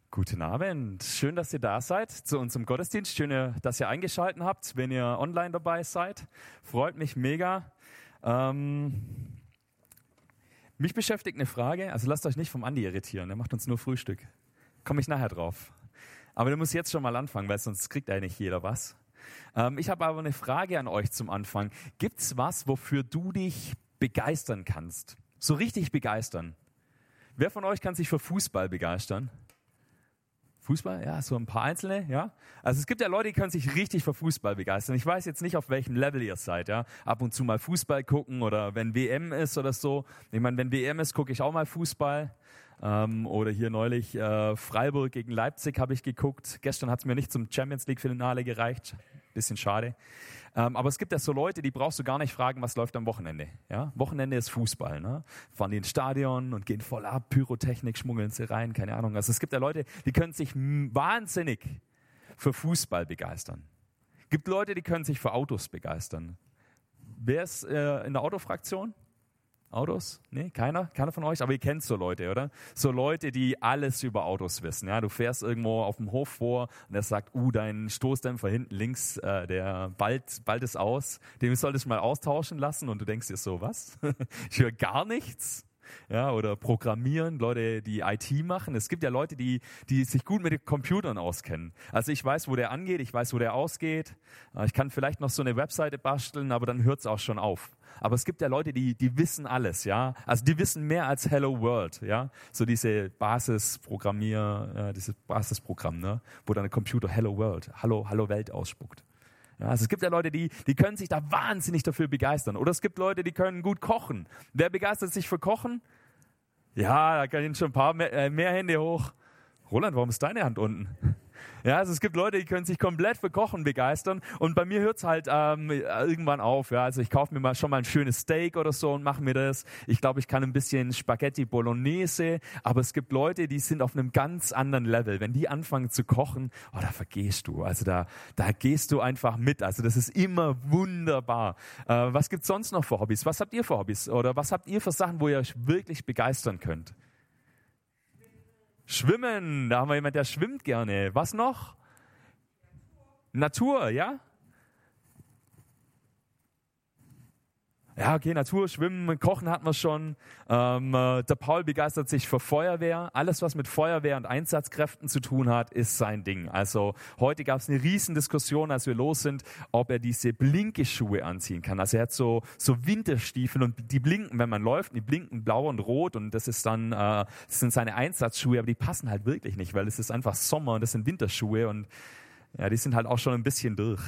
Guten Abend, schön, dass ihr da seid zu unserem Gottesdienst. Schön, dass ihr eingeschaltet habt, wenn ihr online dabei seid. Freut mich mega. Mich beschäftigt eine Frage, also lasst euch nicht vom Andi irritieren, der macht uns nur Frühstück. Komme ich nachher drauf. Aber der muss jetzt schon mal anfangen, weil sonst kriegt eigentlich jeder was. Ich habe aber eine Frage an euch zum Anfang. Gibt's was, wofür du dich begeistern kannst? So richtig begeistern. Wer von euch kann sich für Fußball begeistern? Fußball, ja, so ein paar Einzelne, ja. Also es gibt ja Leute, die können sich richtig für Fußball begeistern. Ich weiß jetzt nicht, auf welchem Level ihr seid, ja. Ab und zu mal Fußball gucken oder wenn WM ist oder so. Ich meine, wenn WM ist, gucke ich auch mal Fußball. Oder hier neulich Freiburg gegen Leipzig habe ich geguckt. Gestern hat es mir nicht zum Champions-League-Finale gereicht. Bisschen schade. Aber es gibt ja so Leute, die brauchst du gar nicht fragen, was läuft am Wochenende. Ja? Wochenende ist Fußball. Ne? Fahren die ins Stadion und gehen voll ab, Pyrotechnik, schmuggeln sie rein, keine Ahnung. Also es gibt ja Leute, die können sich wahnsinnig für Fußball begeistern. Es gibt Leute, die können sich für Autos begeistern. Wer ist in der Autofraktion? Autos? Nee, keiner? Keiner von euch? Aber ihr kennt so Leute, oder? So Leute, die alles über Autos wissen. Ja, du fährst irgendwo auf dem Hof vor und der sagt, dein Stoßdämpfer hinten links, der bald ist aus. Den solltest du mal austauschen lassen und du denkst dir so, was? Ich höre gar nichts. Ja, oder programmieren, Leute, die IT machen. Es gibt ja Leute, die sich gut mit den Computern auskennen. Also ich weiß, wo der angeht, ich weiß, wo der ausgeht. Ich kann vielleicht noch so eine Webseite basteln, aber dann hört es auch schon auf. Aber es gibt ja Leute, die wissen alles, ja. Also die wissen mehr als Hello World, ja. So dieses Basisprogramm, ne, wo dann der Computer Hello World, Hallo Welt ausspuckt. Ja, also es gibt ja Leute, die können sich da wahnsinnig dafür begeistern. Oder es gibt Leute, die können gut kochen. Wer begeistert sich für Kochen? Ja, da kann ich schon ein paar mehr Hände hoch. Roland, warum ist deine Hand unten? Ja, also es gibt Leute, die können sich komplett für Kochen begeistern und bei mir hört's halt irgendwann auf. Ja, also ich kaufe mir schon mal ein schönes Steak oder so und mache mir das. Ich glaube, ich kann ein bisschen Spaghetti Bolognese, aber es gibt Leute, die sind auf einem ganz anderen Level. Wenn die anfangen zu kochen, da vergehst du. Also da gehst du einfach mit. Also das ist immer wunderbar. Was gibt's sonst noch für Hobbys? Was habt ihr für Hobbys? Oder was habt ihr für Sachen, wo ihr euch wirklich begeistern könnt? Schwimmen, da haben wir jemanden, der schwimmt gerne. Was noch? Natur, ja? Ja, okay, Natur, Schwimmen, Kochen hatten wir schon. Der Paul begeistert sich für Feuerwehr. Alles, was mit Feuerwehr und Einsatzkräften zu tun hat, ist sein Ding. Also heute gab es eine riesen Diskussion, als wir los sind, ob er diese Blinkeschuhe anziehen kann. Also er hat so Winterstiefel und die blinken, wenn man läuft, die blinken blau und rot und das ist dann, das sind seine Einsatzschuhe, aber die passen halt wirklich nicht, weil es ist einfach Sommer und das sind Winterschuhe und ja, die sind halt auch schon ein bisschen durch.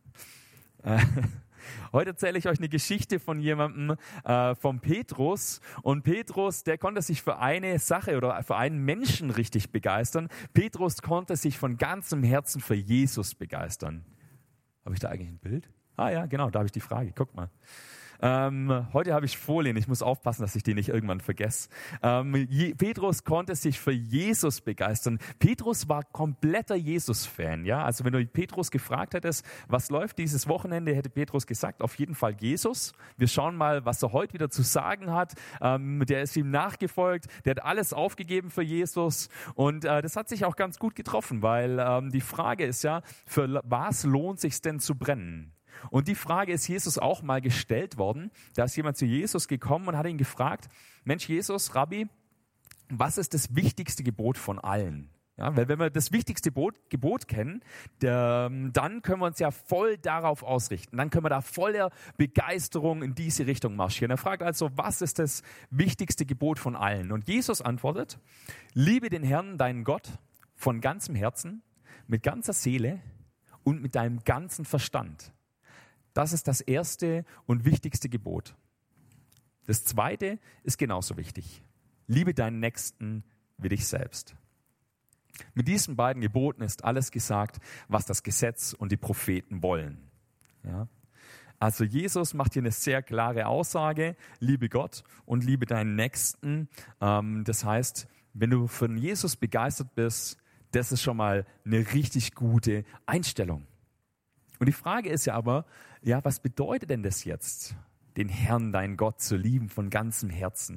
Heute erzähle ich euch eine Geschichte von jemandem, vom Petrus. Und Petrus, der konnte sich für eine Sache oder für einen Menschen richtig begeistern. Petrus konnte sich von ganzem Herzen für Jesus begeistern. Habe ich da eigentlich ein Bild? Ah ja, genau, da habe ich die Frage. Guck mal. Heute habe ich Folien, ich muss aufpassen, dass ich die nicht irgendwann vergesse. Petrus konnte sich für Jesus begeistern. Petrus war kompletter Jesus-Fan. Ja? Also wenn du Petrus gefragt hättest, was läuft dieses Wochenende, hätte Petrus gesagt, auf jeden Fall Jesus. Wir schauen mal, was er heute wieder zu sagen hat. Der ist ihm nachgefolgt, der hat alles aufgegeben für Jesus. Und das hat sich auch ganz gut getroffen, weil die Frage ist ja, für was lohnt sich denn zu brennen? Und die Frage ist Jesus auch mal gestellt worden. Da ist jemand zu Jesus gekommen und hat ihn gefragt, Mensch Jesus, Rabbi, was ist das wichtigste Gebot von allen? Ja, weil wenn wir das wichtigste Gebot kennen, dann können wir uns ja voll darauf ausrichten. Dann können wir da voller Begeisterung in diese Richtung marschieren. Er fragt also, was ist das wichtigste Gebot von allen? Und Jesus antwortet, liebe den Herrn, deinen Gott, von ganzem Herzen, mit ganzer Seele und mit deinem ganzen Verstand. Das ist das erste und wichtigste Gebot. Das zweite ist genauso wichtig. Liebe deinen Nächsten wie dich selbst. Mit diesen beiden Geboten ist alles gesagt, was das Gesetz und die Propheten wollen. Ja? Also Jesus macht hier eine sehr klare Aussage, liebe Gott und liebe deinen Nächsten. Das heißt, wenn du von Jesus begeistert bist, das ist schon mal eine richtig gute Einstellung. Und die Frage ist ja aber, was bedeutet denn das jetzt, den Herrn, deinen Gott, zu lieben von ganzem Herzen?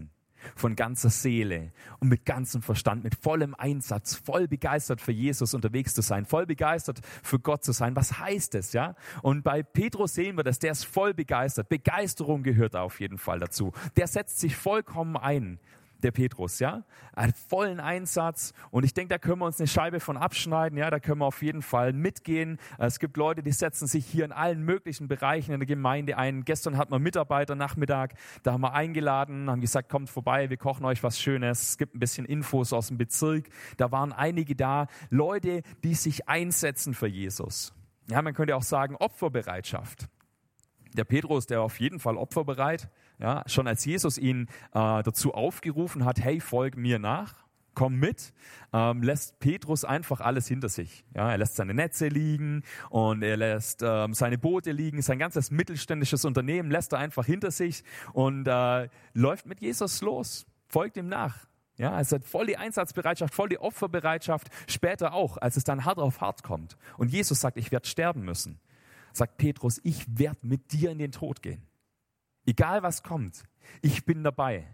von ganzer Seele und mit ganzem Verstand, mit vollem Einsatz, voll begeistert für Jesus unterwegs zu sein, voll begeistert für Gott zu sein. Was heißt es, ja? Und bei Petrus sehen wir das, der ist voll begeistert. Begeisterung gehört auf jeden Fall dazu. Der setzt sich vollkommen ein. Der Petrus, ja, er hat vollen Einsatz und ich denke, da können wir uns eine Scheibe von abschneiden, ja, da können wir auf jeden Fall mitgehen. Es gibt Leute, die setzen sich hier in allen möglichen Bereichen in der Gemeinde ein. Gestern hatten wir Mitarbeiternachmittag, da haben wir eingeladen, haben gesagt, kommt vorbei, wir kochen euch was Schönes. Es gibt ein bisschen Infos aus dem Bezirk. Da waren einige da, Leute, die sich einsetzen für Jesus. Ja, man könnte auch sagen, Opferbereitschaft. Der Petrus, der war auf jeden Fall opferbereit. Ja, schon als Jesus ihn dazu aufgerufen hat, hey, folg mir nach, komm mit, lässt Petrus einfach alles hinter sich. Ja, er lässt seine Netze liegen und er lässt seine Boote liegen, sein ganzes mittelständisches Unternehmen lässt er einfach hinter sich und läuft mit Jesus los, folgt ihm nach. Ja, es hat voll die Einsatzbereitschaft, voll die Opferbereitschaft, später auch, als es dann hart auf hart kommt. Und Jesus sagt, ich werde sterben müssen. Sagt Petrus, ich werde mit dir in den Tod gehen. Egal was kommt, ich bin dabei.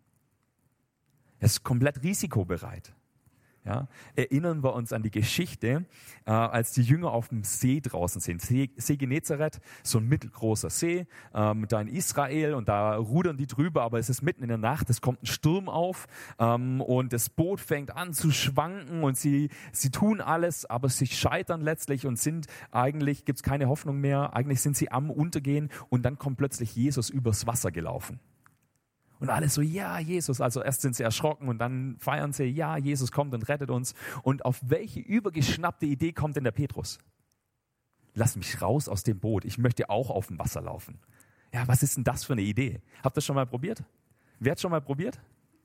Er ist komplett risikobereit. Ja, erinnern wir uns an die Geschichte, als die Jünger auf dem See draußen sind. See Genezareth, so ein mittelgroßer See, da in Israel und da rudern die drüber, aber es ist mitten in der Nacht, es kommt ein Sturm auf und das Boot fängt an zu schwanken und sie tun alles, aber sie scheitern letztlich und gibt es keine Hoffnung mehr, eigentlich sind sie am Untergehen und dann kommt plötzlich Jesus übers Wasser gelaufen. Und alle so, ja, Jesus. Also erst sind sie erschrocken und dann feiern sie, ja, Jesus kommt und rettet uns. Und auf welche übergeschnappte Idee kommt denn der Petrus? Lass mich raus aus dem Boot. Ich möchte auch auf dem Wasser laufen. Ja, was ist denn das für eine Idee? Habt ihr das schon mal probiert? Wer hat schon mal probiert?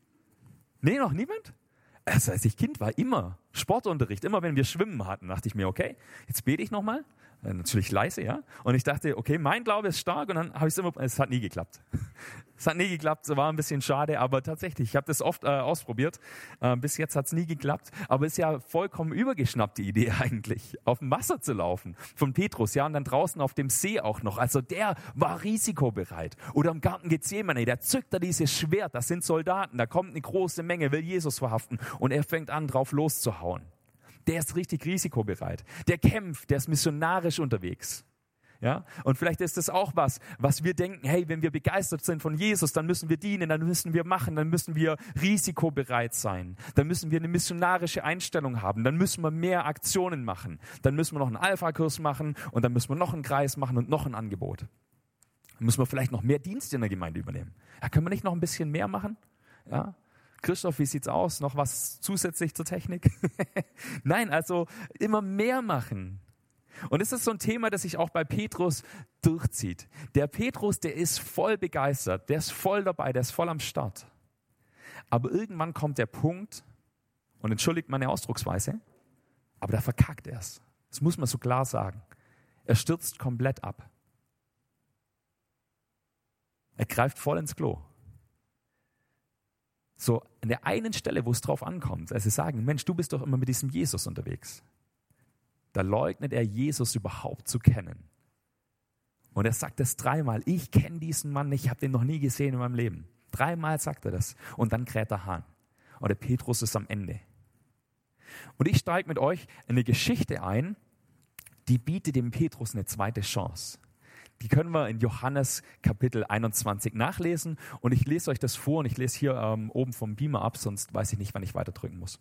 Nee, noch niemand? Also als ich Kind war, immer Sportunterricht, immer wenn wir Schwimmen hatten, dachte ich mir, okay, jetzt bete ich nochmal. Natürlich leise, ja. Und ich dachte, okay, mein Glaube ist stark und dann habe ich es hat nie geklappt. Es hat nie geklappt, es war ein bisschen schade, aber tatsächlich, ich habe das oft ausprobiert. Bis jetzt hat es nie geklappt, aber es ist ja vollkommen übergeschnappte Idee eigentlich, auf dem Wasser zu laufen von Petrus, ja, und dann draußen auf dem See auch noch. Also der war risikobereit. Oder im Garten Gethsemane, der zückt da dieses Schwert, das sind Soldaten, da kommt eine große Menge, will Jesus verhaften und er fängt an, drauf loszuhauen. Der ist richtig risikobereit. Der kämpft, der ist missionarisch unterwegs. Ja? Und vielleicht ist das auch was wir denken, hey, wenn wir begeistert sind von Jesus, dann müssen wir dienen, dann müssen wir machen, dann müssen wir risikobereit sein. Dann müssen wir eine missionarische Einstellung haben, dann müssen wir mehr Aktionen machen. Dann müssen wir noch einen Alpha-Kurs machen und dann müssen wir noch einen Kreis machen und noch ein Angebot. Dann müssen wir vielleicht noch mehr Dienste in der Gemeinde übernehmen. Ja, können wir nicht noch ein bisschen mehr machen? Ja? Christoph, wie sieht's aus? Noch was zusätzlich zur Technik? Nein, also immer mehr machen. Und es ist so ein Thema, das sich auch bei Petrus durchzieht. Der Petrus, der ist voll begeistert, der ist voll dabei, der ist voll am Start. Aber irgendwann kommt der Punkt, und entschuldigt meine Ausdrucksweise, aber da verkackt er es. Das muss man so klar sagen. Er stürzt komplett ab. Er greift voll ins Klo. So an der einen Stelle, wo es drauf ankommt, als sie sagen, Mensch, du bist doch immer mit diesem Jesus unterwegs. Da leugnet er, Jesus überhaupt zu kennen. Und er sagt das 3-mal. Ich kenne diesen Mann nicht, ich habe den noch nie gesehen in meinem Leben. 3-mal sagt er das. Und dann kräht der Hahn. Und der Petrus ist am Ende. Und ich steige mit euch in eine Geschichte ein, die bietet dem Petrus eine zweite Chance. Die können wir in Johannes Kapitel 21 nachlesen. Und ich lese euch das vor und ich lese hier oben vom Beamer ab, sonst weiß ich nicht, wann ich weiterdrücken muss.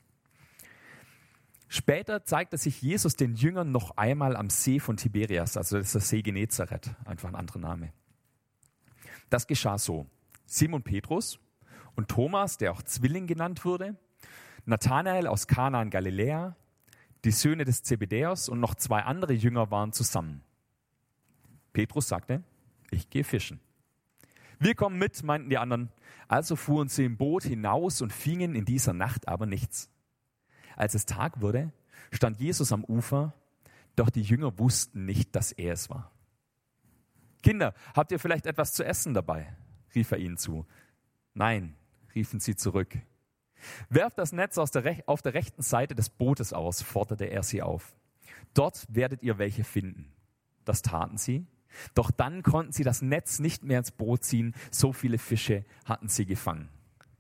Später zeigte sich Jesus den Jüngern noch einmal am See von Tiberias, also das ist der See Genezareth, einfach ein anderer Name. Das geschah so. Simon Petrus und Thomas, der auch Zwilling genannt wurde, Nathanael aus Kana in Galiläa, die Söhne des Zebedäus und noch 2 andere Jünger waren zusammen. Petrus sagte, ich gehe fischen. Wir kommen mit, meinten die anderen. Also fuhren sie im Boot hinaus und fingen in dieser Nacht aber nichts. Als es Tag wurde, stand Jesus am Ufer, doch die Jünger wussten nicht, dass er es war. Kinder, habt ihr vielleicht etwas zu essen dabei? Rief er ihnen zu. Nein, riefen sie zurück. Werft das Netz auf der rechten Seite des Bootes aus, forderte er sie auf. Dort werdet ihr welche finden. Das taten sie. Doch dann konnten sie das Netz nicht mehr ins Boot ziehen, so viele Fische hatten sie gefangen.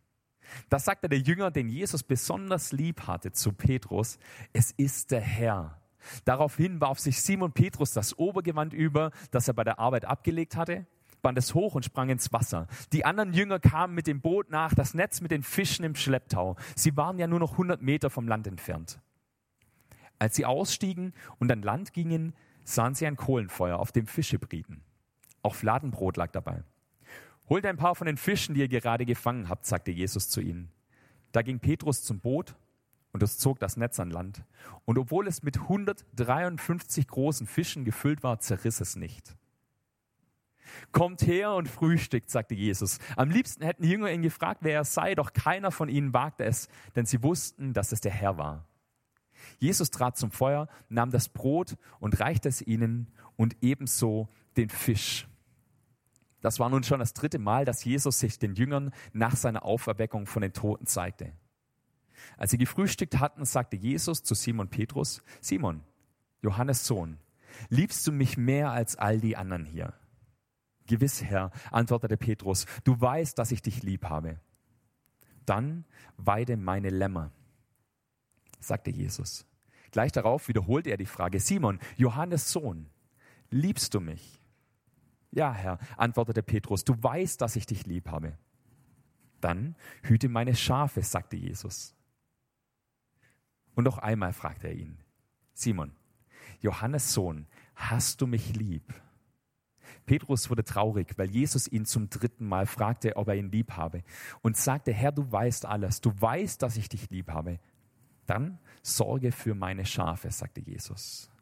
Da sagte der Jünger, den Jesus besonders lieb hatte, zu Petrus: Es ist der Herr. Daraufhin warf sich Simon Petrus das Obergewand über, das er bei der Arbeit abgelegt hatte, band es hoch und sprang ins Wasser. Die anderen Jünger kamen mit dem Boot nach, das Netz mit den Fischen im Schlepptau. Sie waren ja nur noch 100 Meter vom Land entfernt. Als sie ausstiegen und an Land gingen, sahen sie ein Kohlenfeuer, auf dem Fische brieten. Auch Fladenbrot lag dabei. Holt ein paar von den Fischen, die ihr gerade gefangen habt, sagte Jesus zu ihnen. Da ging Petrus zum Boot und es zog das Netz an Land. Und obwohl es mit 153 großen Fischen gefüllt war, zerriss es nicht. Kommt her und frühstückt, sagte Jesus. Am liebsten hätten die Jünger ihn gefragt, wer er sei, doch keiner von ihnen wagte es, denn sie wussten, dass es der Herr war. Jesus trat zum Feuer, nahm das Brot und reichte es ihnen und ebenso den Fisch. Das war nun schon das 3. Mal, dass Jesus sich den Jüngern nach seiner Auferweckung von den Toten zeigte. Als sie gefrühstückt hatten, sagte Jesus zu Simon Petrus: Simon, Johannes Sohn, liebst du mich mehr als all die anderen hier? Gewiss, Herr, antwortete Petrus, du weißt, dass ich dich lieb habe. Dann weide meine Lämmer, sagte Jesus. Gleich darauf wiederholte er die Frage: Simon, Johannes Sohn, liebst du mich? Ja, Herr, antwortete Petrus, du weißt, dass ich dich lieb habe. Dann hüte meine Schafe, sagte Jesus. Und noch einmal fragte er ihn: Simon, Johannes Sohn, hast du mich lieb? Petrus wurde traurig, weil Jesus ihn zum 3. Mal fragte, ob er ihn lieb habe, und sagte: Herr, du weißt alles, du weißt, dass ich dich lieb habe. Dann sorge für meine Schafe, sagte Jesus.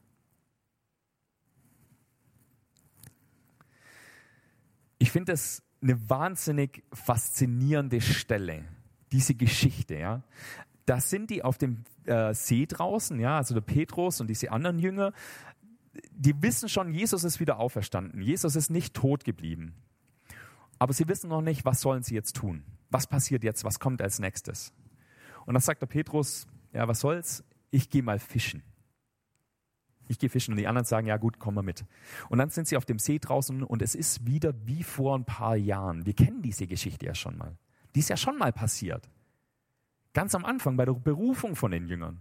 Ich finde es eine wahnsinnig faszinierende Stelle, diese Geschichte. Ja. Da sind die auf dem See draußen, ja, also der Petrus und diese anderen Jünger, die wissen schon, Jesus ist wieder auferstanden. Jesus ist nicht tot geblieben. Aber sie wissen noch nicht, was sollen sie jetzt tun? Was passiert jetzt? Was kommt als nächstes? Und dann sagt der Petrus: Ja, was soll's? Ich gehe mal fischen. Ich gehe fischen. Und die anderen sagen: Ja gut, komm mal mit. Und dann sind sie auf dem See draußen und es ist wieder wie vor ein paar Jahren. Wir kennen diese Geschichte ja schon mal. Die ist ja schon mal passiert. Ganz am Anfang bei der Berufung von den Jüngern.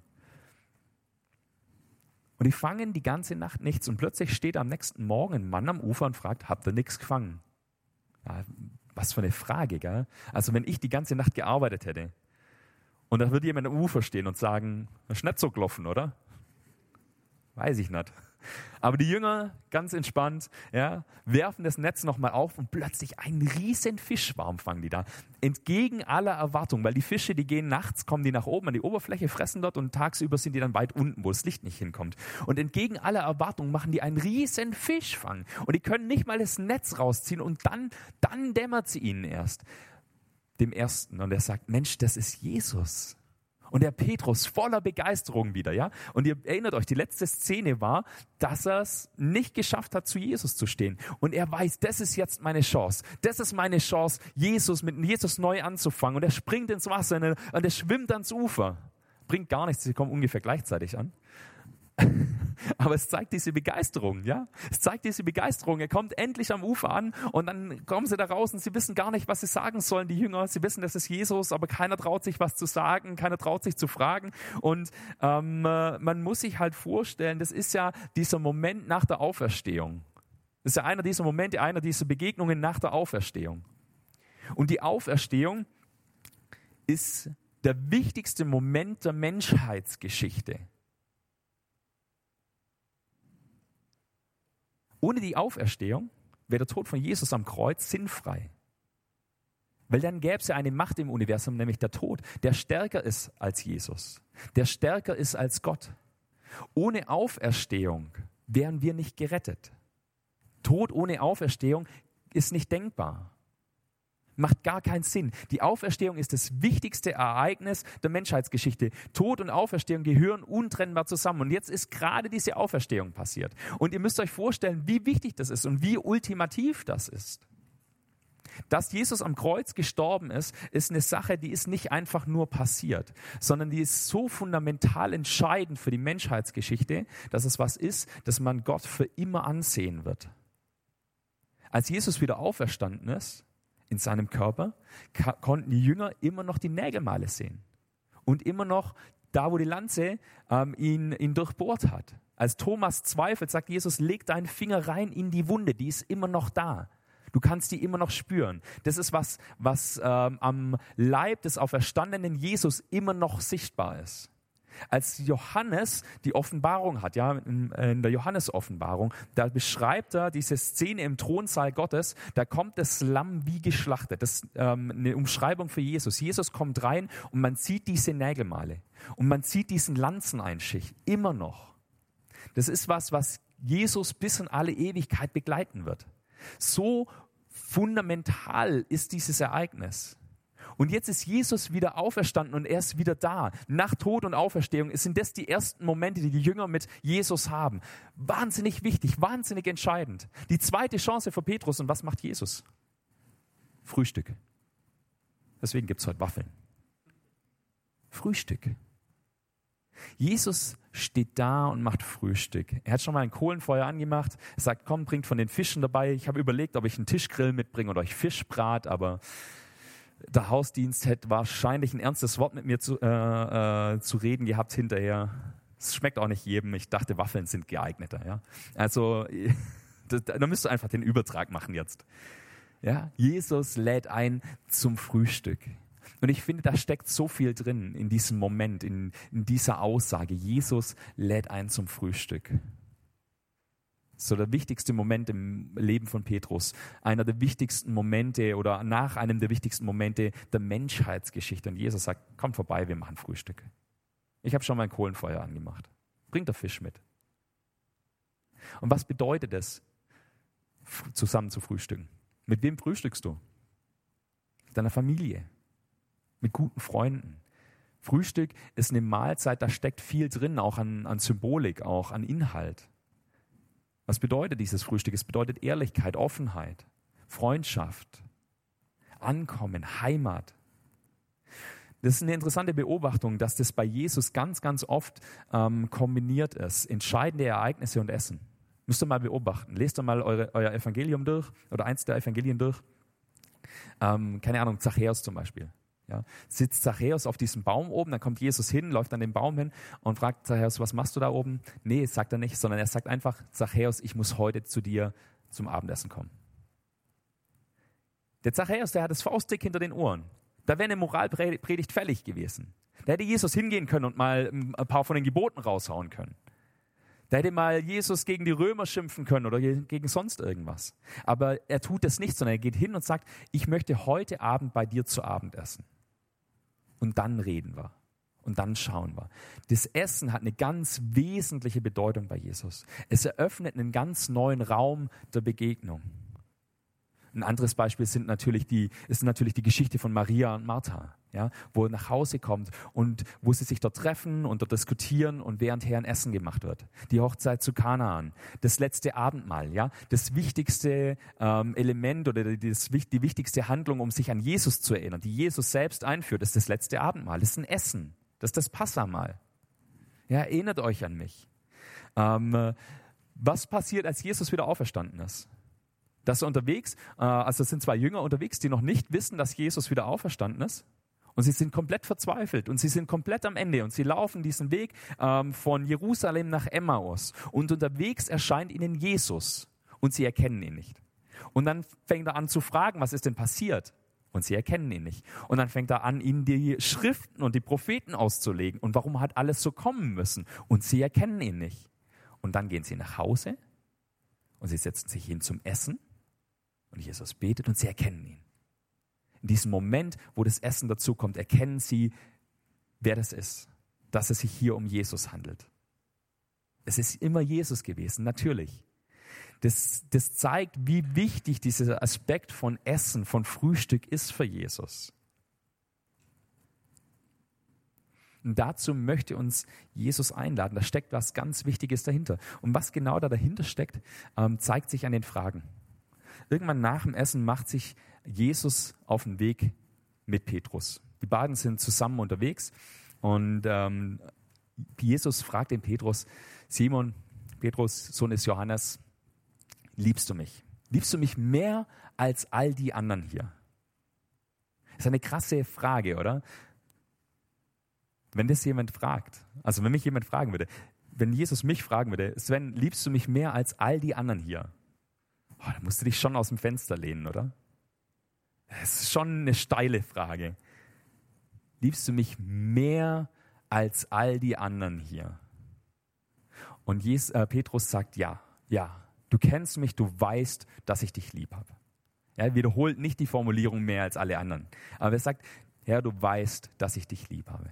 Und die fangen die ganze Nacht nichts. Und plötzlich steht am nächsten Morgen ein Mann am Ufer und fragt: Habt ihr nichts gefangen? Ja, was für eine Frage, gell? Also wenn ich die ganze Nacht gearbeitet hätte und da würde jemand am Ufer stehen und sagen: Das ist nicht so gelaufen, oder? Weiß ich nicht. Aber die Jünger, ganz entspannt, ja, werfen das Netz nochmal auf und plötzlich einen riesen Fischschwarm fangen die da. Entgegen aller Erwartung, weil die Fische, die gehen nachts, kommen die nach oben an die Oberfläche, fressen dort und tagsüber sind die dann weit unten, wo das Licht nicht hinkommt. Und entgegen aller Erwartung machen die einen riesen Fischfang. Und die können nicht mal das Netz rausziehen und dann dämmert sie ihnen erst. Dem Ersten. Und er sagt: Mensch, das ist Jesus. Und der Petrus voller Begeisterung wieder, ja. Und ihr erinnert euch, die letzte Szene war, dass er es nicht geschafft hat, zu Jesus zu stehen. Und er weiß, das ist jetzt meine Chance. Das ist meine Chance, mit Jesus neu anzufangen. Und er springt ins Wasser und er schwimmt ans Ufer. Bringt gar nichts, sie kommen ungefähr gleichzeitig an. Aber es zeigt diese Begeisterung, ja. Es zeigt diese Begeisterung. Er kommt endlich am Ufer an und dann kommen sie da raus und sie wissen gar nicht, was sie sagen sollen, die Jünger. Sie wissen, das ist Jesus, aber keiner traut sich, was zu sagen, keiner traut sich zu fragen. Und man muss sich halt vorstellen, das ist ja dieser Moment nach der Auferstehung. Das ist ja einer dieser Momente, einer dieser Begegnungen nach der Auferstehung. Und die Auferstehung ist der wichtigste Moment der Menschheitsgeschichte. Ohne die Auferstehung wäre der Tod von Jesus am Kreuz sinnfrei. Weil dann gäbe es ja eine Macht im Universum, nämlich der Tod, der stärker ist als Jesus, der stärker ist als Gott. Ohne Auferstehung wären wir nicht gerettet. Tod ohne Auferstehung ist nicht denkbar. Macht gar keinen Sinn. Die Auferstehung ist das wichtigste Ereignis der Menschheitsgeschichte. Tod und Auferstehung gehören untrennbar zusammen. Und jetzt ist gerade diese Auferstehung passiert. Und ihr müsst euch vorstellen, wie wichtig das ist und wie ultimativ das ist. Dass Jesus am Kreuz gestorben ist, ist eine Sache, die ist nicht einfach nur passiert, sondern die ist so fundamental entscheidend für die Menschheitsgeschichte, dass es was ist, das man Gott für immer ansehen wird. Als Jesus wieder auferstanden ist, in seinem Körper, konnten die Jünger immer noch die Nägelmale sehen. Und immer noch da, wo die Lanze ihn durchbohrt hat. Als Thomas zweifelt, sagt Jesus, leg deinen Finger rein in die Wunde, die ist immer noch da. Du kannst die immer noch spüren. Das ist was am Leib des auferstandenen Jesus immer noch sichtbar ist. Als Johannes die Offenbarung hat, ja, in der Johannes-Offenbarung, da beschreibt er diese Szene im Thronsaal Gottes, da kommt das Lamm wie geschlachtet. Das ist eine Umschreibung für Jesus. Jesus kommt rein und man sieht diese Nägelmale und man sieht diesen Lanzeneinstich immer noch. Das ist was Jesus bis in alle Ewigkeit begleiten wird. So fundamental ist dieses Ereignis. Und jetzt ist Jesus wieder auferstanden und er ist wieder da. Nach Tod und Auferstehung sind das die ersten Momente, die die Jünger mit Jesus haben. Wahnsinnig wichtig, wahnsinnig entscheidend. Die zweite Chance für Petrus. Und was macht Jesus? Frühstück. Deswegen gibt es heute Waffeln. Frühstück. Jesus steht da und macht Frühstück. Er hat schon mal ein Kohlenfeuer angemacht. Er sagt, komm, bringt von den Fischen dabei. Ich habe überlegt, ob ich einen Tischgrill mitbringe oder euch Fisch brate, aber der Hausdienst hätte wahrscheinlich ein ernstes Wort mit mir zu reden gehabt hinterher. Es schmeckt auch nicht jedem. Ich dachte, Waffeln sind geeigneter. Ja? Also da müsst ihr einfach den Übertrag machen jetzt. Ja? Jesus lädt ein zum Frühstück. Und ich finde, da steckt so viel drin in diesem Moment, in dieser Aussage. Jesus lädt ein zum Frühstück. So der wichtigste Moment im Leben von Petrus. Einer der wichtigsten Momente oder nach einem der wichtigsten Momente der Menschheitsgeschichte. Und Jesus sagt, kommt vorbei, wir machen Frühstück. Ich habe schon mal ein Kohlenfeuer angemacht. Bringt der Fisch mit. Und was bedeutet es, zusammen zu frühstücken? Mit wem frühstückst du? Mit deiner Familie. Mit guten Freunden. Frühstück ist eine Mahlzeit, da steckt viel drin, auch an Symbolik, auch an Inhalt. Was bedeutet dieses Frühstück? Es bedeutet Ehrlichkeit, Offenheit, Freundschaft, Ankommen, Heimat. Das ist eine interessante Beobachtung, dass das bei Jesus ganz, ganz oft kombiniert ist. Entscheidende Ereignisse und Essen. Müsst ihr mal beobachten. Lest ihr mal euer Evangelium durch oder eins der Evangelien durch. Keine Ahnung, Zachäus zum Beispiel. Ja, sitzt Zachäus auf diesem Baum oben, dann kommt Jesus hin, läuft an den Baum hin und fragt Zachäus, was machst du da oben? Nee, sagt er nicht, sondern er sagt einfach, Zachäus, ich muss heute zu dir zum Abendessen kommen. Der Zachäus, der hat das faustdick hinter den Ohren. Da wäre eine Moralpredigt fällig gewesen. Da hätte Jesus hingehen können und mal ein paar von den Geboten raushauen können. Da hätte mal Jesus gegen die Römer schimpfen können oder gegen sonst irgendwas. Aber er tut das nicht, sondern er geht hin und sagt, ich möchte heute Abend bei dir zu Abend essen. Und dann reden wir. Und dann schauen wir. Das Essen hat eine ganz wesentliche Bedeutung bei Jesus. Es eröffnet einen ganz neuen Raum der Begegnung. Ein anderes Beispiel ist natürlich die Geschichte von Maria und Martha, ja, wo er nach Hause kommt und wo sie sich dort treffen und dort diskutieren und währendher ein Essen gemacht wird. Die Hochzeit zu Kanaan, das letzte Abendmahl, ja, das wichtigste Element oder die wichtigste Handlung, um sich an Jesus zu erinnern, die Jesus selbst einführt, ist das letzte Abendmahl. Das ist ein Essen, das ist das Passahmahl. Ja, erinnert euch an mich. Was passiert, als Jesus wieder auferstanden ist? Dass er unterwegs, also es sind zwei Jünger unterwegs, die noch nicht wissen, dass Jesus wieder auferstanden ist. Und sie sind komplett verzweifelt und sie sind komplett am Ende und sie laufen diesen Weg von Jerusalem nach Emmaus. Und unterwegs erscheint ihnen Jesus und sie erkennen ihn nicht. Und dann fängt er an zu fragen, was ist denn passiert? Und sie erkennen ihn nicht. Und dann fängt er an, ihnen die Schriften und die Propheten auszulegen. Und warum hat alles so kommen müssen? Und sie erkennen ihn nicht. Und dann gehen sie nach Hause und sie setzen sich hin zum Essen. Und Jesus betet und sie erkennen ihn. In diesem Moment, wo das Essen dazu kommt, erkennen sie, wer das ist, dass es sich hier um Jesus handelt. Es ist immer Jesus gewesen, natürlich. Das zeigt, wie wichtig dieser Aspekt von Essen, von Frühstück ist für Jesus. Und dazu möchte uns Jesus einladen. Da steckt was ganz Wichtiges dahinter. Und was genau da dahinter steckt, zeigt sich an den Fragen. Irgendwann nach dem Essen macht sich Jesus auf den Weg mit Petrus. Die beiden sind zusammen unterwegs und Jesus fragt den Petrus, Simon, Petrus, Sohn des Johannes, liebst du mich? Liebst du mich mehr als all die anderen hier? Das ist eine krasse Frage, oder? Wenn das jemand fragt, also wenn mich jemand fragen würde, wenn Jesus mich fragen würde, Sven, liebst du mich mehr als all die anderen hier? Oh, dann musst du dich schon aus dem Fenster lehnen, oder? Das ist schon eine steile Frage. Liebst du mich mehr als all die anderen hier? Und Petrus sagt, ja, du kennst mich, du weißt, dass ich dich lieb habe. Er wiederholt nicht die Formulierung mehr als alle anderen. Aber er sagt, Herr, du weißt, dass ich dich lieb habe.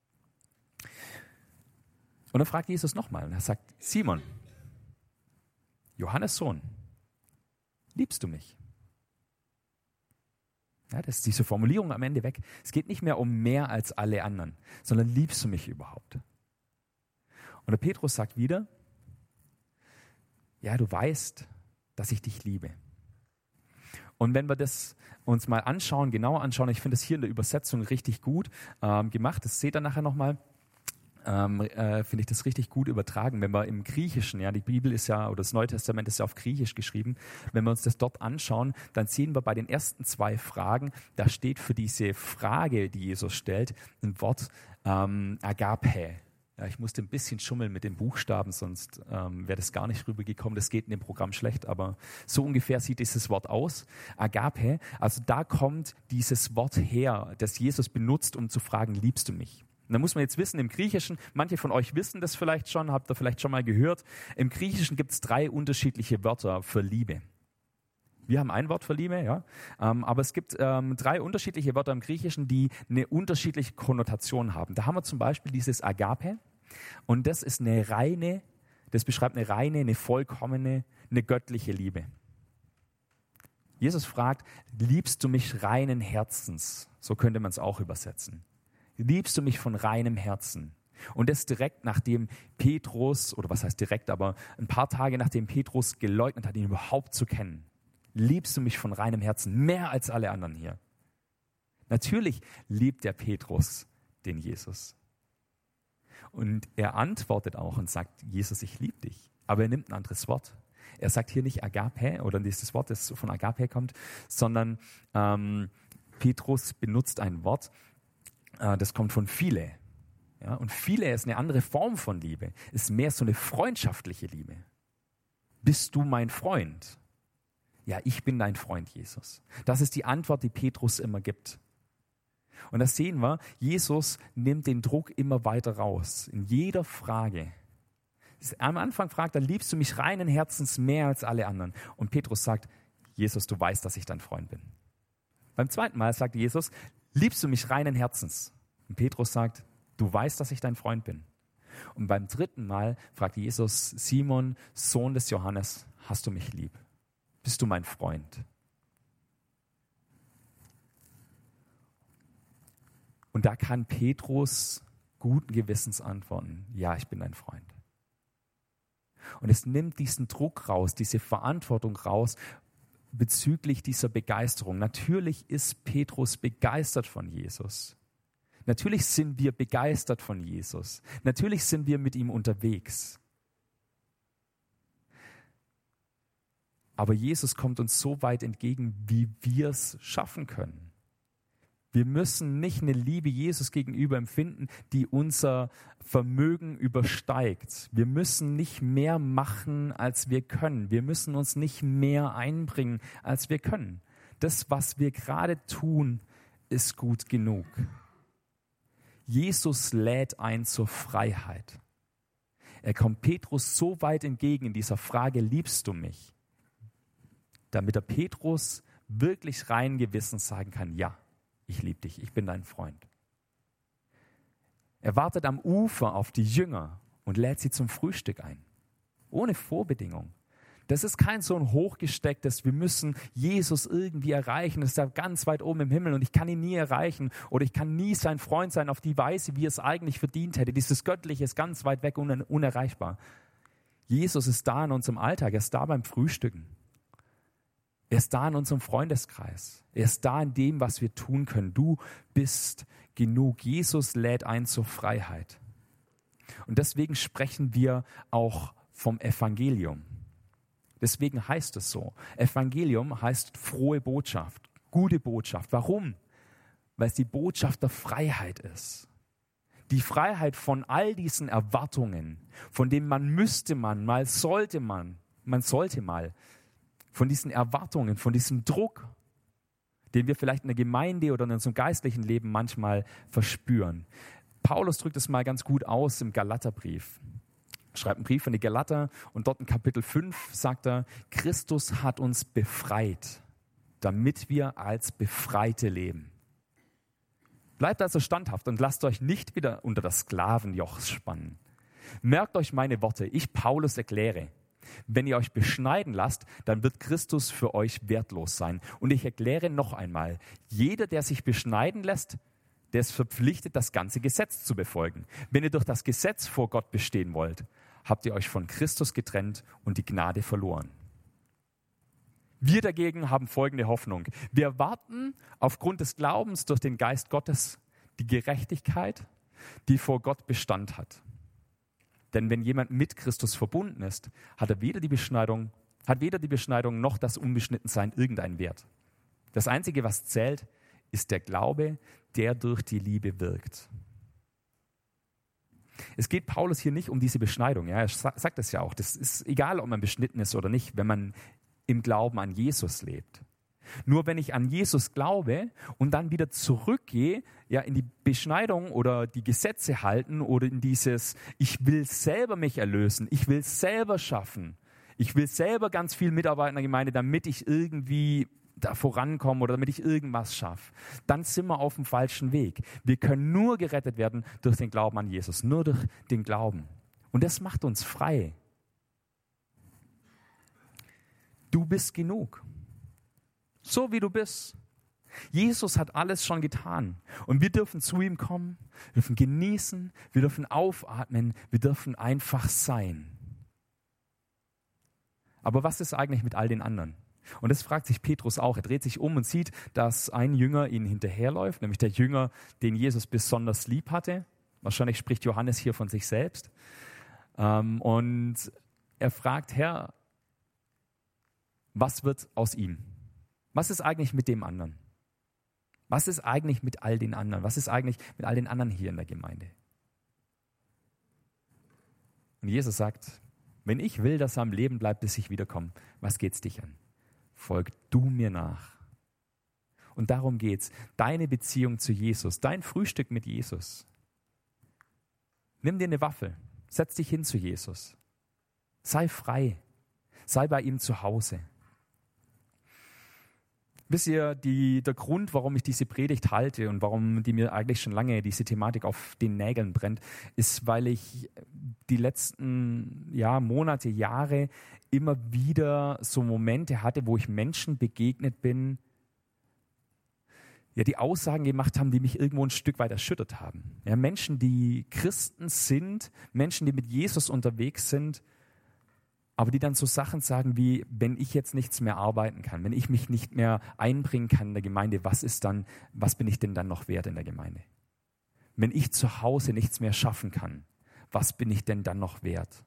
Und dann fragt Jesus nochmal. Er sagt, Simon, Johannes Sohn, liebst du mich? Ja, das ist diese Formulierung am Ende weg. Es geht nicht mehr um mehr als alle anderen, sondern liebst du mich überhaupt? Und der Petrus sagt wieder, ja, du weißt, dass ich dich liebe. Und wenn wir das uns mal anschauen, genauer anschauen, ich finde das hier in der Übersetzung richtig gut gemacht, das seht ihr nachher nochmal, finde ich das richtig gut übertragen. Wenn wir im Griechischen, ja, die Bibel ist ja, oder das Neue Testament ist ja auf Griechisch geschrieben, wenn wir uns das dort anschauen, dann sehen wir bei den ersten 2 Fragen, da steht für diese Frage, die Jesus stellt, ein Wort Agape. Ja, ich musste ein bisschen schummeln mit den Buchstaben, sonst wäre das gar nicht rübergekommen. Das geht in dem Programm schlecht, aber so ungefähr sieht dieses Wort aus. Agape, also da kommt dieses Wort her, das Jesus benutzt, um zu fragen, liebst du mich? Und da muss man jetzt wissen, im Griechischen, manche von euch wissen das vielleicht schon, habt ihr vielleicht schon mal gehört, im Griechischen gibt es 3 unterschiedliche Wörter für Liebe. Wir haben ein Wort für Liebe, ja, aber es gibt 3 unterschiedliche Wörter im Griechischen, die eine unterschiedliche Konnotation haben. Da haben wir zum Beispiel dieses Agape und das ist das beschreibt eine reine, eine vollkommene, eine göttliche Liebe. Jesus fragt, liebst du mich reinen Herzens? So könnte man es auch übersetzen. Liebst du mich von reinem Herzen? Und das direkt nachdem Petrus, oder was heißt direkt, aber ein paar Tage nachdem Petrus geleugnet hat, ihn überhaupt zu kennen. Liebst du mich von reinem Herzen, mehr als alle anderen hier? Natürlich liebt der Petrus den Jesus. Und er antwortet auch und sagt, Jesus, ich liebe dich. Aber er nimmt ein anderes Wort. Er sagt hier nicht Agape, oder dieses Wort, das von Agape kommt, sondern Petrus benutzt ein Wort, das kommt von Phile. Ja, und Phile ist eine andere Form von Liebe, ist mehr so eine freundschaftliche Liebe. Bist du mein Freund? Ja, ich bin dein Freund, Jesus. Das ist die Antwort, die Petrus immer gibt. Und das sehen wir, Jesus nimmt den Druck immer weiter raus. In jeder Frage. Am Anfang fragt er, liebst du mich reinen Herzens mehr als alle anderen? Und Petrus sagt, Jesus, du weißt, dass ich dein Freund bin. Beim 2. Mal sagt Jesus, liebst du mich reinen Herzens? Und Petrus sagt, du weißt, dass ich dein Freund bin. Und beim 3. Mal fragt Jesus, Simon, Sohn des Johannes, hast du mich lieb? Bist du mein Freund? Und da kann Petrus guten Gewissens antworten, ja, ich bin dein Freund. Und es nimmt diesen Druck raus, diese Verantwortung raus bezüglich dieser Begeisterung. Natürlich ist Petrus begeistert von Jesus. Natürlich sind wir begeistert von Jesus. Natürlich sind wir mit ihm unterwegs. Aber Jesus kommt uns so weit entgegen, wie wir es schaffen können. Wir müssen nicht eine Liebe Jesus gegenüber empfinden, die unser Vermögen übersteigt. Wir müssen nicht mehr machen, als wir können. Wir müssen uns nicht mehr einbringen, als wir können. Das, was wir gerade tun, ist gut genug. Jesus lädt ein zur Freiheit. Er kommt Petrus so weit entgegen in dieser Frage, liebst du mich? Damit der Petrus wirklich rein Gewissens sagen kann, ja, ich liebe dich, ich bin dein Freund. Er wartet am Ufer auf die Jünger und lädt sie zum Frühstück ein. Ohne Vorbedingung. Das ist kein so ein hochgestecktes, wir müssen Jesus irgendwie erreichen, das ist ja ganz weit oben im Himmel und ich kann ihn nie erreichen oder ich kann nie sein Freund sein auf die Weise, wie er es eigentlich verdient hätte. Dieses Göttliche ist ganz weit weg und unerreichbar. Jesus ist da in unserem Alltag, er ist da beim Frühstücken. Er ist da in unserem Freundeskreis. Er ist da in dem, was wir tun können. Du bist genug. Jesus lädt ein zur Freiheit. Und deswegen sprechen wir auch vom Evangelium. Deswegen heißt es so. Evangelium heißt frohe Botschaft, gute Botschaft. Warum? weil es die Botschaft der Freiheit ist. Die Freiheit von all diesen Erwartungen, von denen man sollte mal, von diesen Erwartungen, von diesem Druck, den wir vielleicht in der Gemeinde oder in unserem geistlichen Leben manchmal verspüren. Paulus drückt es mal ganz gut aus im Galaterbrief. Er schreibt einen Brief an die Galater und dort in Kapitel 5 sagt er, Christus hat uns befreit, damit wir als Befreite leben. Bleibt also standhaft und lasst euch nicht wieder unter das Sklavenjoch spannen. Merkt euch meine Worte, ich Paulus erkläre, wenn ihr euch beschneiden lasst, dann wird Christus für euch wertlos sein. Und ich erkläre noch einmal, jeder, der sich beschneiden lässt, der ist verpflichtet, das ganze Gesetz zu befolgen. Wenn ihr durch das Gesetz vor Gott bestehen wollt, habt ihr euch von Christus getrennt und die Gnade verloren. Wir dagegen haben folgende Hoffnung. Wir erwarten aufgrund des Glaubens durch den Geist Gottes die Gerechtigkeit, die vor Gott Bestand hat. Denn wenn jemand mit Christus verbunden ist, hat weder die Beschneidung noch das Unbeschnittensein irgendeinen Wert. Das Einzige, was zählt, ist der Glaube, der durch die Liebe wirkt. Es geht Paulus hier nicht um diese Beschneidung. Ja, er sagt es ja auch. Das ist egal, ob man beschnitten ist oder nicht, wenn man im Glauben an Jesus lebt. Nur wenn ich an Jesus glaube und dann wieder zurückgehe, ja, in die Beschneidung oder die Gesetze halten oder in dieses, ich will selber mich erlösen, ich will selber schaffen, ich will selber ganz viel mitarbeiten in der Gemeinde, damit ich irgendwie da vorankomme oder damit ich irgendwas schaffe, dann sind wir auf dem falschen Weg. Wir können nur gerettet werden durch den Glauben an Jesus, nur durch den Glauben. Und das macht uns frei. Du bist genug. So wie du bist. Jesus hat alles schon getan. Und wir dürfen zu ihm kommen, wir dürfen genießen, wir dürfen aufatmen, wir dürfen einfach sein. Aber was ist eigentlich mit all den anderen? Und das fragt sich Petrus auch. Er dreht sich um und sieht, dass ein Jünger ihnen hinterherläuft, nämlich der Jünger, den Jesus besonders lieb hatte. Wahrscheinlich spricht Johannes hier von sich selbst. Und er fragt, Herr, was wird aus ihm? Was ist eigentlich mit dem anderen? Was ist eigentlich mit all den anderen? Was ist eigentlich mit all den anderen hier in der Gemeinde? Und Jesus sagt, wenn ich will, dass er am Leben bleibt, bis ich wiederkomme, was geht's dich an? Folg du mir nach. Und darum geht's. Deine Beziehung zu Jesus, dein Frühstück mit Jesus. Nimm dir eine Waffel, setz dich hin zu Jesus. Sei frei, sei bei ihm zu Hause. Wisst ihr, der Grund, warum ich diese Predigt halte und warum die mir eigentlich schon lange diese Thematik auf den Nägeln brennt, ist, weil ich die letzten Monate, Jahre immer wieder so Momente hatte, wo ich Menschen begegnet bin, die Aussagen gemacht haben, die mich irgendwo ein Stück weit erschüttert haben. Ja, Menschen, die Christen sind, Menschen, die mit Jesus unterwegs sind, aber die dann so Sachen sagen wie, wenn ich jetzt nichts mehr arbeiten kann, wenn ich mich nicht mehr einbringen kann in der Gemeinde, was bin ich denn dann noch wert in der Gemeinde? Wenn ich zu Hause nichts mehr schaffen kann, was bin ich denn dann noch wert?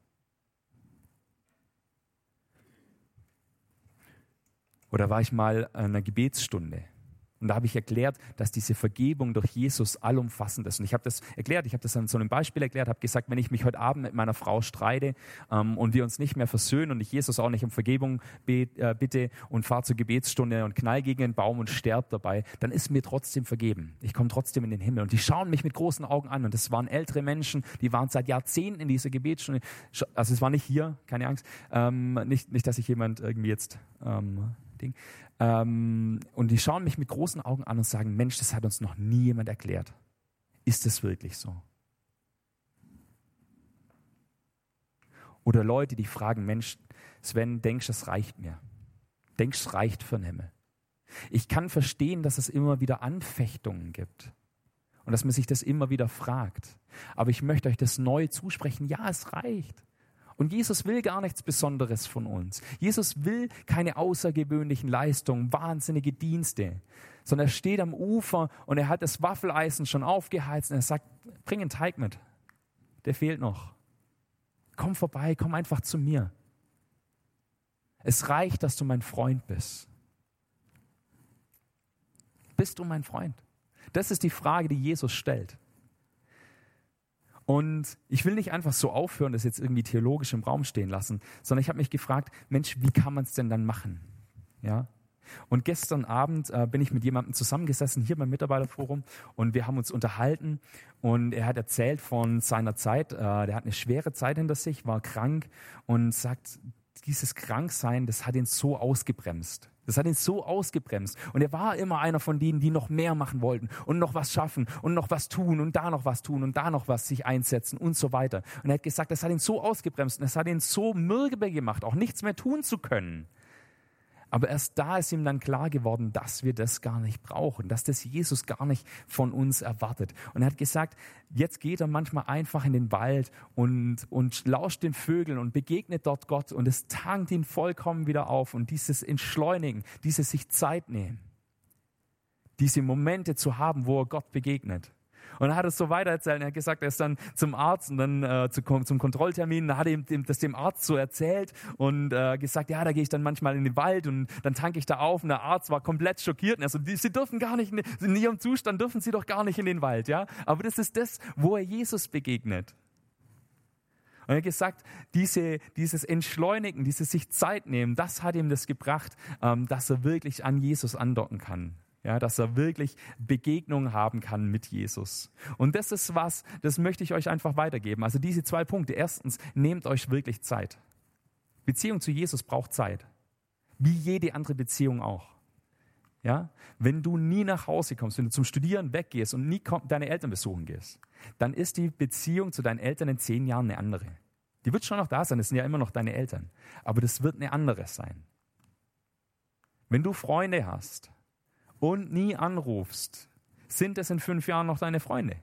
Oder war ich mal an einer Gebetsstunde? Und da habe ich erklärt, dass diese Vergebung durch Jesus allumfassend ist. Und ich habe das erklärt, ich habe das an so einem Beispiel erklärt, habe gesagt, wenn ich mich heute Abend mit meiner Frau streite und wir uns nicht mehr versöhnen und ich Jesus auch nicht um Vergebung bitte und fahre zur Gebetsstunde und knall gegen den Baum und sterbe dabei, dann ist mir trotzdem vergeben. Ich komme trotzdem in den Himmel. Und die schauen mich mit großen Augen an. Und das waren ältere Menschen, die waren seit Jahrzehnten in dieser Gebetsstunde. Also es war nicht hier, keine Angst. Nicht, dass ich jemand irgendwie jetzt... und die schauen mich mit großen Augen an und sagen, Mensch, das hat uns noch nie jemand erklärt. Ist das wirklich so? Oder Leute, die fragen, Mensch, Sven, denkst du, das reicht mir? Denkst du, es reicht für den Himmel? Ich kann verstehen, dass es immer wieder Anfechtungen gibt und dass man sich das immer wieder fragt. Aber ich möchte euch das neu zusprechen, ja, es reicht. Und Jesus will gar nichts Besonderes von uns. Jesus will keine außergewöhnlichen Leistungen, wahnsinnige Dienste, sondern er steht am Ufer und er hat das Waffeleisen schon aufgeheizt und er sagt, bring einen Teig mit, der fehlt noch. Komm vorbei, komm einfach zu mir. Es reicht, dass du mein Freund bist. Bist du mein Freund? Das ist die Frage, die Jesus stellt. Und ich will nicht einfach so aufhören, das jetzt irgendwie theologisch im Raum stehen lassen, sondern ich habe mich gefragt, Mensch, wie kann man es denn dann machen? Ja? Und gestern Abend bin ich mit jemandem zusammengesessen, hier beim Mitarbeiterforum, und wir haben uns unterhalten und er hat erzählt von seiner Zeit, der hat eine schwere Zeit hinter sich, war krank und sagt, dieses Kranksein, das hat ihn so ausgebremst. Das hat ihn so ausgebremst. Und er war immer einer von denen, die noch mehr machen wollten und noch was schaffen und noch was tun und da noch was tun und da noch was sich einsetzen und so weiter. Und er hat gesagt, das hat ihn so ausgebremst und das hat ihn so mürbe gemacht, auch nichts mehr tun zu können. Aber erst da ist ihm dann klar geworden, dass wir das gar nicht brauchen, dass das Jesus gar nicht von uns erwartet. Und er hat gesagt, jetzt geht er manchmal einfach in den Wald und lauscht den Vögeln und begegnet dort Gott und es tankt ihn vollkommen wieder auf. Und dieses Entschleunigen, dieses sich Zeit nehmen, diese Momente zu haben, wo er Gott begegnet. Und er hat es so weitererzählt. Er hat gesagt, er ist dann zum Arzt und dann zum Kontrolltermin. Da hat er ihm das dem Arzt so erzählt und gesagt, ja, da gehe ich dann manchmal in den Wald und dann tanke ich da auf. Und der Arzt war komplett schockiert. Und er so, Sie dürfen gar nicht, in Ihrem Zustand dürfen Sie doch gar nicht in den Wald. Ja? Aber das ist das, wo er Jesus begegnet. Und er hat gesagt, dieses Entschleunigen, dieses sich Zeit nehmen, das hat ihm das gebracht, dass er wirklich an Jesus andocken kann. Ja, dass er wirklich Begegnungen haben kann mit Jesus. Und das ist was, das möchte ich euch einfach weitergeben. Also diese 2 Punkte. Erstens, nehmt euch wirklich Zeit. Beziehung zu Jesus braucht Zeit. Wie jede andere Beziehung auch. Ja? Wenn du nie nach Hause kommst, wenn du zum Studieren weggehst und nie deine Eltern besuchen gehst, dann ist die Beziehung zu deinen Eltern in 10 Jahren eine andere. Die wird schon noch da sein, das sind ja immer noch deine Eltern. Aber das wird eine andere sein. Wenn du Freunde hast und nie anrufst, sind es in 5 Jahren noch deine Freunde?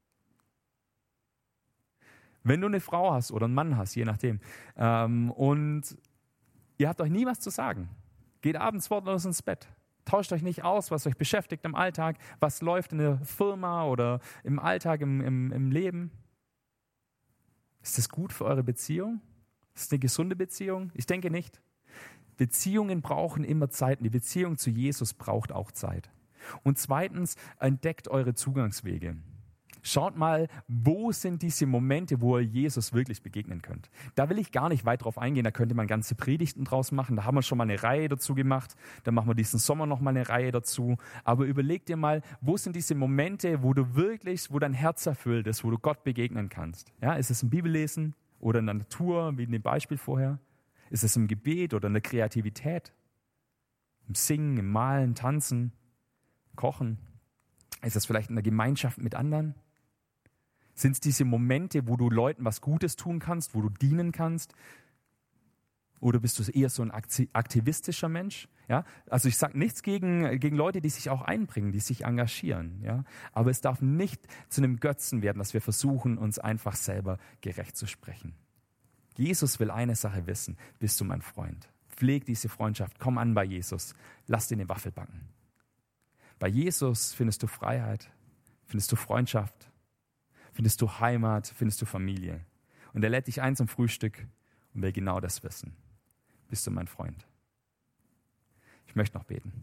Wenn du eine Frau hast oder einen Mann hast, je nachdem, und ihr habt euch nie was zu sagen, geht abends wortlos ins Bett, tauscht euch nicht aus, was euch beschäftigt im Alltag, was läuft in der Firma oder im Alltag, im Leben. Ist das gut für eure Beziehung? Ist es eine gesunde Beziehung? Ich denke nicht. Beziehungen brauchen immer Zeit und die Beziehung zu Jesus braucht auch Zeit. Und zweitens, entdeckt eure Zugangswege. Schaut mal, wo sind diese Momente, wo ihr Jesus wirklich begegnen könnt. Da will ich gar nicht weit drauf eingehen, da könnte man ganze Predigten draus machen. Da haben wir schon mal eine Reihe dazu gemacht. Da machen wir diesen Sommer noch mal eine Reihe dazu. Aber überleg dir mal, wo sind diese Momente, wo dein Herz erfüllt ist, wo du Gott begegnen kannst. Ja, ist es im Bibellesen oder in der Natur, wie in dem Beispiel vorher? Ist es im Gebet oder in der Kreativität? Im Singen, im Malen, Tanzen, Kochen? Ist es vielleicht in der Gemeinschaft mit anderen? Sind es diese Momente, wo du Leuten was Gutes tun kannst, wo du dienen kannst? Oder bist du eher so ein aktivistischer Mensch? Ja? Also ich sage nichts gegen Leute, die sich auch einbringen, die sich engagieren. Ja? Aber es darf nicht zu einem Götzen werden, dass wir versuchen, uns einfach selber gerecht zu sprechen. Jesus will eine Sache wissen: Bist du mein Freund? Pfleg diese Freundschaft, komm an bei Jesus, lass dir eine Waffel backen. Bei Jesus findest du Freiheit, findest du Freundschaft, findest du Heimat, findest du Familie. Und er lädt dich ein zum Frühstück und will genau das wissen. Bist du mein Freund? Ich möchte noch beten.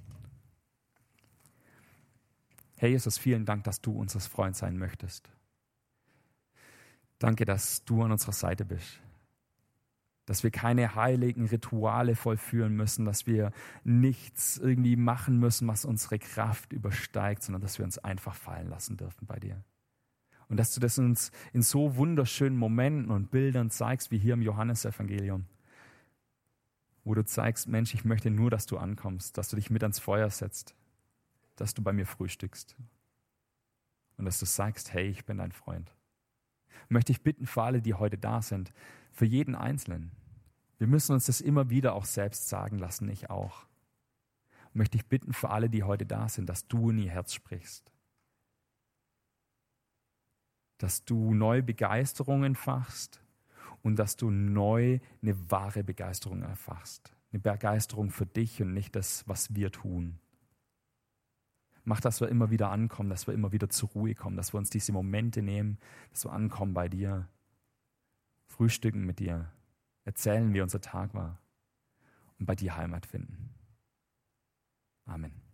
Herr Jesus, vielen Dank, dass du unser Freund sein möchtest. Danke, dass du an unserer Seite bist. Dass wir keine heiligen Rituale vollführen müssen, dass wir nichts irgendwie machen müssen, was unsere Kraft übersteigt, sondern dass wir uns einfach fallen lassen dürfen bei dir. Und dass du das uns in so wunderschönen Momenten und Bildern zeigst, wie hier im Johannesevangelium, wo du zeigst, Mensch, ich möchte nur, dass du ankommst, dass du dich mit ans Feuer setzt, dass du bei mir frühstückst und dass du sagst, hey, ich bin dein Freund. Möchte ich bitten für alle, die heute da sind, für jeden Einzelnen. Wir müssen uns das immer wieder auch selbst sagen lassen, ich auch. Möchte ich bitten für alle, die heute da sind, dass du in ihr Herz sprichst. Dass du neue Begeisterung entfachst und dass du neu eine wahre Begeisterung erfachst. Eine Begeisterung für dich und nicht das, was wir tun. Mach, dass wir immer wieder ankommen, dass wir immer wieder zur Ruhe kommen, dass wir uns diese Momente nehmen, dass wir ankommen bei dir, frühstücken mit dir, erzählen, wie unser Tag war und bei dir Heimat finden. Amen.